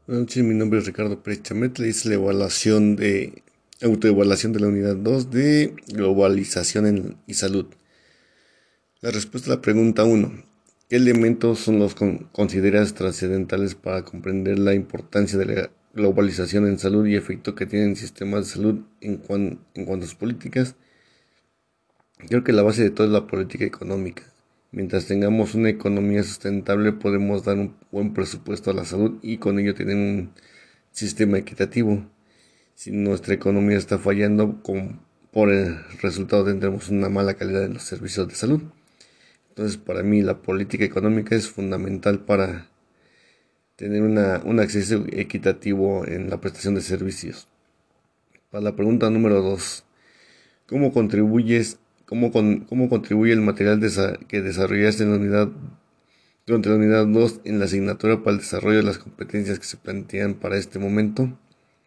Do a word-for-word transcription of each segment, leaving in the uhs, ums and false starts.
Buenas noches, mi nombre es Ricardo Pérez Chametla y es la evaluación de autoevaluación de la unidad dos de globalización en- y salud. La respuesta a la pregunta uno: ¿qué elementos son los con- consideras trascendentales para comprender la importancia de la globalización en salud y efecto que tienen sistemas de salud en, cuan- en cuanto a sus políticas? Creo que la base de todo es la política económica. Mientras tengamos una economía sustentable, podemos dar un buen presupuesto a la salud y con ello tener un sistema equitativo. Si nuestra economía está fallando, con, por el resultado tendremos una mala calidad en los servicios de salud. Entonces, para mí la política económica es fundamental para tener una, un acceso equitativo en la prestación de servicios. Para la pregunta número dos: ¿cómo contribuyes, cómo, con, cómo contribuye el material desa- que desarrollaste en la unidad durante la unidad dos en la asignatura para el desarrollo de las competencias que se plantean para este momento?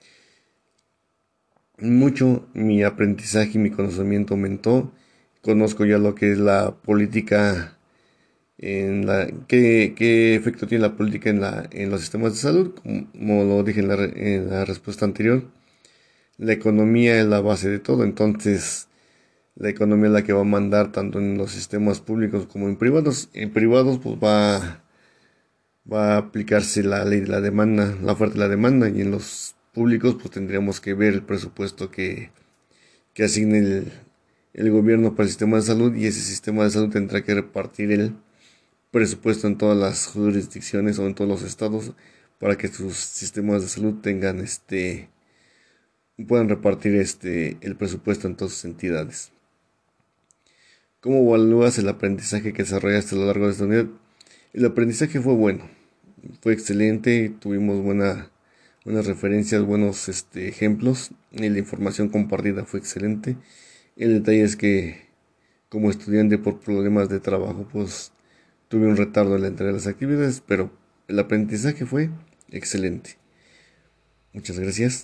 Mucho mi aprendizaje y mi conocimiento aumentó. Conozco ya lo que es la política en la qué, qué efecto tiene la política en la en los sistemas de salud, como lo dije en la, re- en la respuesta anterior. La economía es la base de todo, entonces la economía es la que va a mandar tanto en los sistemas públicos como en privados. En privados pues va va a aplicarse la ley de la demanda, la oferta y la demanda, y en los públicos pues tendríamos que ver el presupuesto que que asigne el, el gobierno para el sistema de salud, y ese sistema de salud tendrá que repartir el presupuesto en todas las jurisdicciones o en todos los estados para que sus sistemas de salud tengan este puedan repartir este el presupuesto en todas sus entidades. ¿Cómo evalúas el aprendizaje que desarrollaste a lo largo de esta unidad? El aprendizaje fue bueno, fue excelente, tuvimos buena, buenas referencias, buenos este, ejemplos, y la información compartida fue excelente. El detalle es que como estudiante por problemas de trabajo, pues tuve un retardo en la entrega de las actividades, pero el aprendizaje fue excelente. Muchas gracias.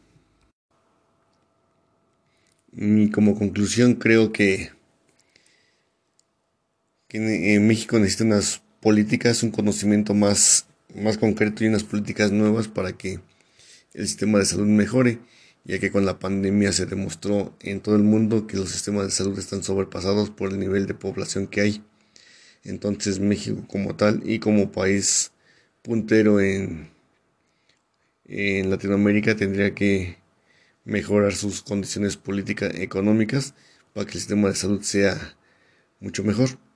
Y como conclusión, creo que, que en, en México necesita unas políticas, un conocimiento más, más concreto y unas políticas nuevas para que el sistema de salud mejore, ya que con la pandemia se demostró en todo el mundo que los sistemas de salud están sobrepasados por el nivel de población que hay. Entonces México como tal y como país puntero en, en Latinoamérica tendría que mejorar sus condiciones políticas económicas para que el sistema de salud sea mucho mejor.